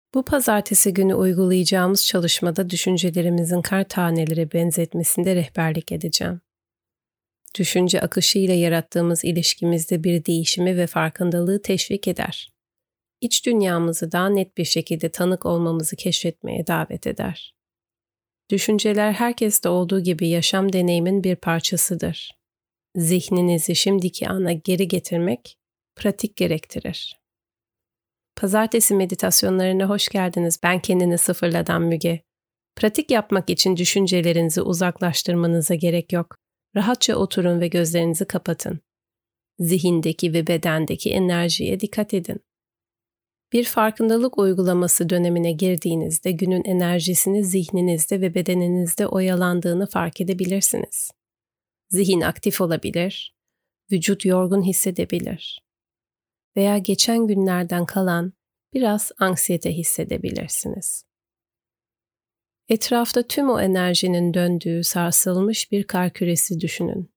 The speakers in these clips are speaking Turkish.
Bu pazartesi günü uygulayacağımız çalışmada düşüncelerimizin kar taneleri benzetmesinde rehberlik edeceğim. Düşünce akışıyla yarattığımız ilişkimizde bir değişimi ve farkındalığı teşvik eder. İç dünyamızı daha net bir şekilde tanık olmamızı keşfetmeye davet eder. Düşünceler herkeste olduğu gibi yaşam deneyimin bir parçasıdır. Zihninizi şimdiki ana geri getirmek pratik gerektirir. Pazartesi meditasyonlarına hoş geldiniz. Ben kendini sıfırladan Müge. Pratik yapmak için düşüncelerinizi uzaklaştırmanıza gerek yok. Rahatça oturun ve gözlerinizi kapatın. Zihindeki ve bedendeki enerjiye dikkat edin. Bir farkındalık uygulaması dönemine girdiğinizde günün enerjisini zihninizde ve bedeninizde oyalandığını fark edebilirsiniz. Zihin aktif olabilir, vücut yorgun hissedebilir veya geçen günlerden kalan biraz anksiyete hissedebilirsiniz. Etrafta tüm o enerjinin döndüğü sarsılmış bir kar küresi düşünün.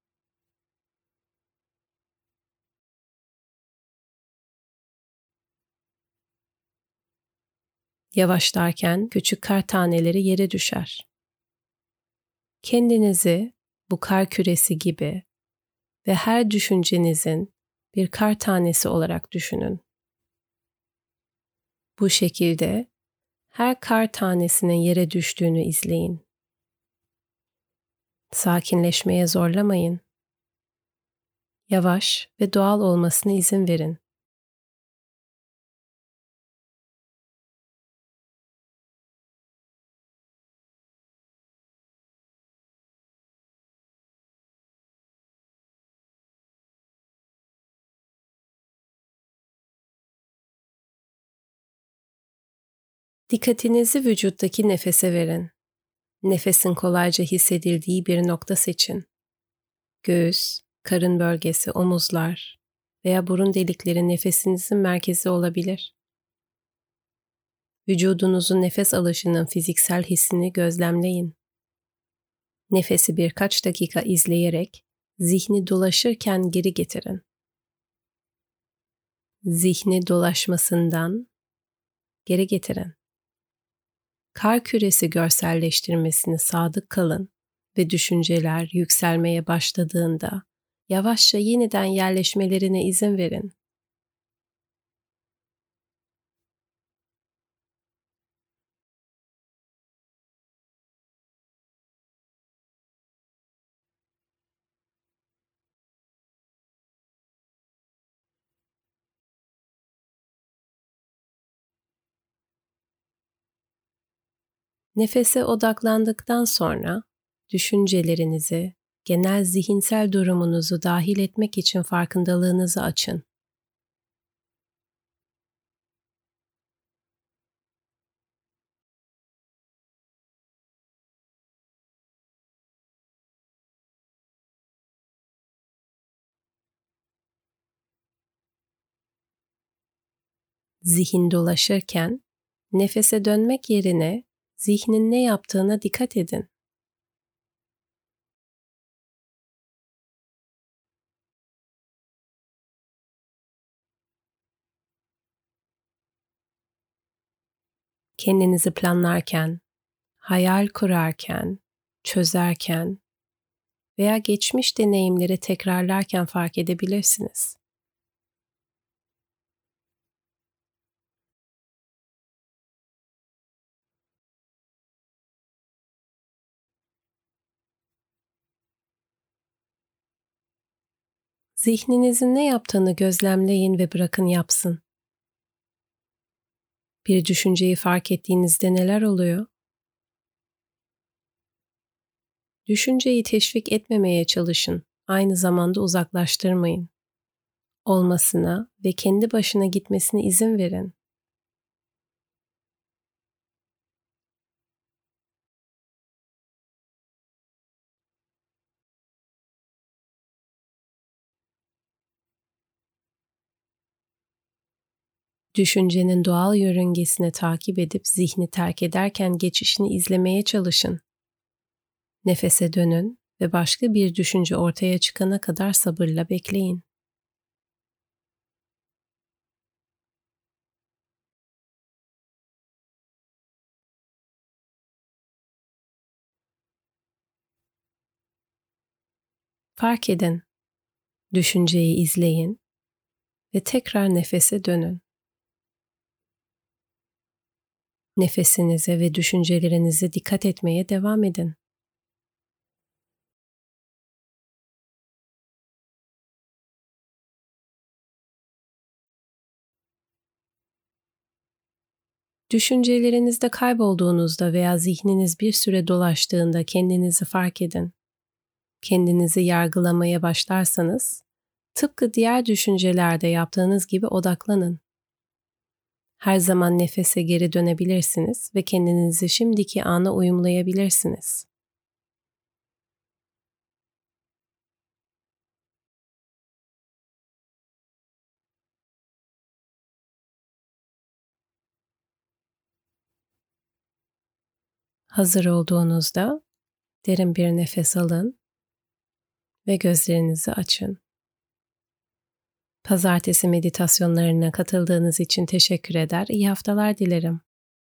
Yavaşlarken küçük kar taneleri yere düşer. Kendinizi bu kar küresi gibi ve her düşüncenizin bir kar tanesi olarak düşünün. Bu şekilde her kar tanesinin yere düştüğünü izleyin. Sakinleşmeye zorlamayın. Yavaş ve doğal olmasına izin verin. Dikkatinizi vücuttaki nefese verin. Nefesin kolayca hissedildiği bir nokta seçin. Göğüs, karın bölgesi, omuzlar veya burun delikleri nefesinizin merkezi olabilir. Vücudunuzun nefes alışının fiziksel hissini gözlemleyin. Nefesi birkaç dakika izleyerek zihni dolaşırken geri getirin. Zihni dolaşmasından geri getirin. Kar küresi görselleştirmesine sadık kalın ve düşünceler yükselmeye başladığında yavaşça yeniden yerleşmelerine izin verin. Nefese odaklandıktan sonra düşüncelerinizi, genel zihinsel durumunuzu dahil etmek için farkındalığınızı açın. Zihin dolaşırken nefese dönmek yerine zihnin ne yaptığına dikkat edin. Kendinizi planlarken, hayal kurarken, çözerken veya geçmiş deneyimleri tekrarlarken fark edebilirsiniz. Zihninizin ne yaptığını gözlemleyin ve bırakın yapsın. Bir düşünceyi fark ettiğinizde neler oluyor? Düşünceyi teşvik etmemeye çalışın, aynı zamanda uzaklaştırmayın. Olmasına ve kendi başına gitmesine izin verin. Düşüncenin doğal yörüngesini takip edip zihni terk ederken geçişini izlemeye çalışın. Nefese dönün ve başka bir düşünce ortaya çıkana kadar sabırla bekleyin. Fark edin, düşünceyi izleyin ve tekrar nefese dönün. Nefesinize ve düşüncelerinize dikkat etmeye devam edin. Düşüncelerinizde kaybolduğunuzda veya zihniniz bir süre dolaştığında kendinizi fark edin. Kendinizi yargılamaya başlarsanız, tıpkı diğer düşüncelerde yaptığınız gibi odaklanın. Her zaman nefese geri dönebilirsiniz ve kendinizi şimdiki ana uyumlayabilirsiniz. Hazır olduğunuzda derin bir nefes alın ve gözlerinizi açın. Pazartesi meditasyonlarına katıldığınız için teşekkür eder, iyi haftalar dilerim.